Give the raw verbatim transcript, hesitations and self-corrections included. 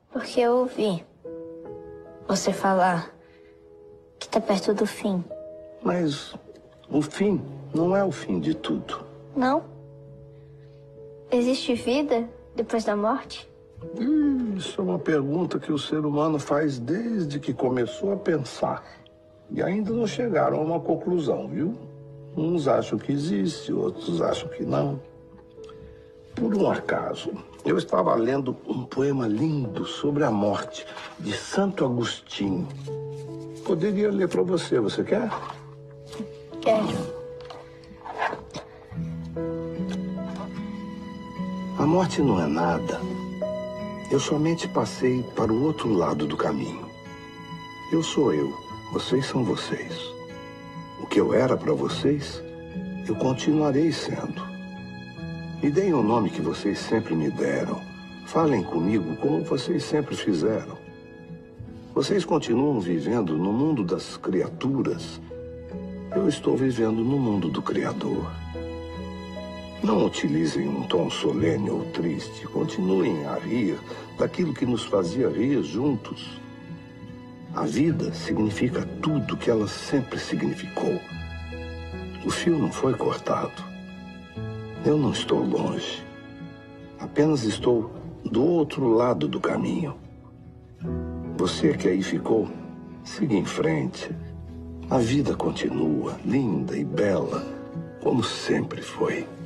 Porque eu ouvi você falar que tá perto do fim. Mas o fim não é o fim de tudo. Não? Existe vida depois da morte? Isso é uma pergunta que o ser humano faz desde que começou a pensar. E ainda não chegaram a uma conclusão, viu? Uns acham que existe, outros acham que não. Por um acaso, eu estava lendo um poema lindo sobre a morte, de Santo Agostinho. Poderia ler para você, você quer? Quero. A morte não é nada. Eu somente passei para o outro lado do caminho. Eu sou eu, vocês são vocês. O que eu era para vocês, eu continuarei sendo. Me deem o nome que vocês sempre me deram. Falem comigo como vocês sempre fizeram. Vocês continuam vivendo no mundo das criaturas. Eu estou vivendo no mundo do Criador. Não utilizem um tom solene ou triste. Continuem a rir daquilo que nos fazia rir juntos. A vida significa tudo que ela sempre significou. O fio não foi cortado. Eu não estou longe. Apenas estou do outro lado do caminho. Você que aí ficou, siga em frente. A vida continua, linda e bela, como sempre foi.